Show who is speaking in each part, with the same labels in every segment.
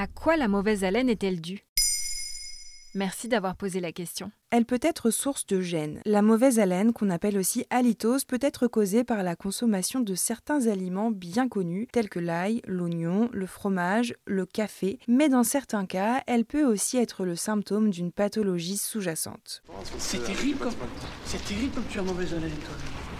Speaker 1: À quoi la mauvaise haleine est-elle due ? Merci d'avoir posé la question.
Speaker 2: Elle peut être source de gêne. La mauvaise haleine, qu'on appelle aussi halitose, peut être causée par la consommation de certains aliments bien connus, tels que l'ail, l'oignon, le fromage, le café, mais dans certains cas, elle peut aussi être le symptôme d'une pathologie sous-jacente.
Speaker 3: C'est terrible comme tu as mauvaise haleine, toi.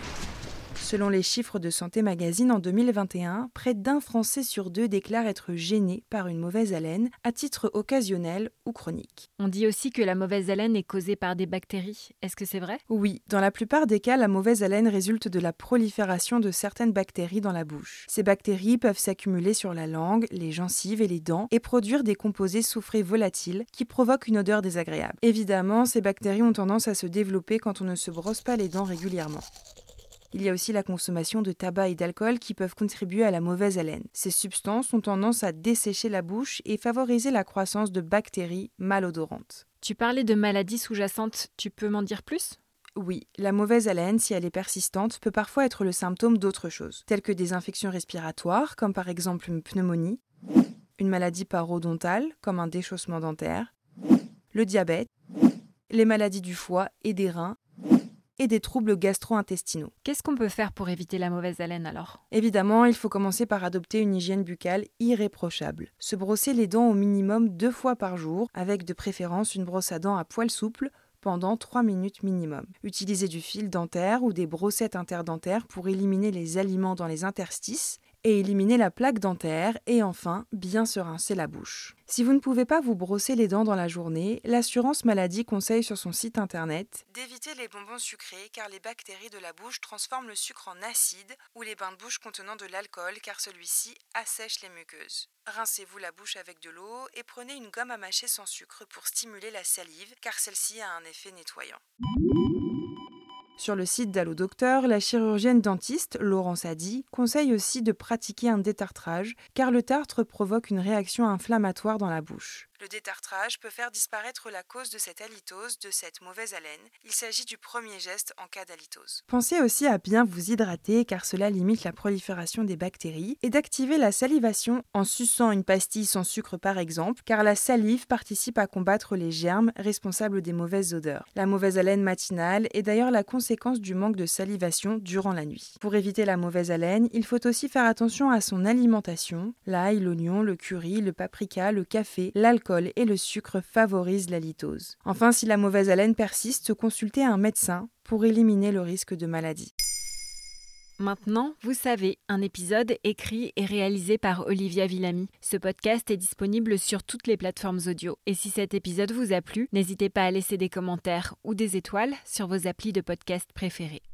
Speaker 2: Selon les chiffres de Santé Magazine en 2021, près d'1 Français sur 2 déclare être gêné par une mauvaise haleine à titre occasionnel ou chronique.
Speaker 1: On dit aussi que la mauvaise haleine est causée par des bactéries. Est-ce que c'est vrai ?
Speaker 2: Oui, dans la plupart des cas, la mauvaise haleine résulte de la prolifération de certaines bactéries dans la bouche. Ces bactéries peuvent s'accumuler sur la langue, les gencives et les dents et produire des composés soufrés volatiles qui provoquent une odeur désagréable. Évidemment, ces bactéries ont tendance à se développer quand on ne se brosse pas les dents régulièrement. Il y a aussi la consommation de tabac et d'alcool qui peuvent contribuer à la mauvaise haleine. Ces substances ont tendance à dessécher la bouche et favoriser la croissance de bactéries malodorantes.
Speaker 1: Tu parlais de maladies sous-jacentes, tu peux m'en dire plus ?
Speaker 2: Oui, la mauvaise haleine, si elle est persistante, peut parfois être le symptôme d'autres choses, telles que des infections respiratoires, comme par exemple une pneumonie, une maladie parodontale, comme un déchaussement dentaire, le diabète, les maladies du foie et des reins, et des troubles gastro-intestinaux.
Speaker 1: Qu'est-ce qu'on peut faire pour éviter la mauvaise haleine alors ?
Speaker 2: Évidemment, il faut commencer par adopter une hygiène buccale irréprochable. Se brosser les dents au minimum 2 fois par jour, avec de préférence une brosse à dents à poil souple, pendant 3 minutes minimum. Utilisez du fil dentaire ou des brossettes interdentaires pour éliminer les aliments dans les interstices et éliminer la plaque dentaire et enfin, bien se rincer la bouche. Si vous ne pouvez pas vous brosser les dents dans la journée, l'assurance maladie conseille sur son site internet d'éviter les bonbons sucrés car les bactéries de la bouche transforment le sucre en acide ou les bains de bouche contenant de l'alcool car celui-ci assèche les muqueuses. Rincez-vous la bouche avec de l'eau et prenez une gomme à mâcher sans sucre pour stimuler la salive car celle-ci a un effet nettoyant. Sur le site d'Allo Docteur, la chirurgienne dentiste Laurence Haddy conseille aussi de pratiquer un détartrage car le tartre provoque une réaction inflammatoire dans la bouche. Le détartrage peut faire disparaître la cause de cette halitose, de cette mauvaise haleine. Il s'agit du premier geste en cas d'halitose. Pensez aussi à bien vous hydrater car cela limite la prolifération des bactéries et d'activer la salivation en suçant une pastille sans sucre par exemple car la salive participe à combattre les germes responsables des mauvaises odeurs. La mauvaise haleine matinale est d'ailleurs la conséquence du manque de salivation durant la nuit. Pour éviter la mauvaise haleine, il faut aussi faire attention à son alimentation. L'ail, l'oignon, le curry, le paprika, le café, l'alcool et le sucre favorisent l'halitose. Enfin, si la mauvaise haleine persiste, consultez un médecin pour éliminer le risque de maladie.
Speaker 1: Maintenant, vous savez, un épisode écrit et réalisé par Olivia Villamy. Ce podcast est disponible sur toutes les plateformes audio. Et si cet épisode vous a plu, n'hésitez pas à laisser des commentaires ou des étoiles sur vos applis de podcast préférés.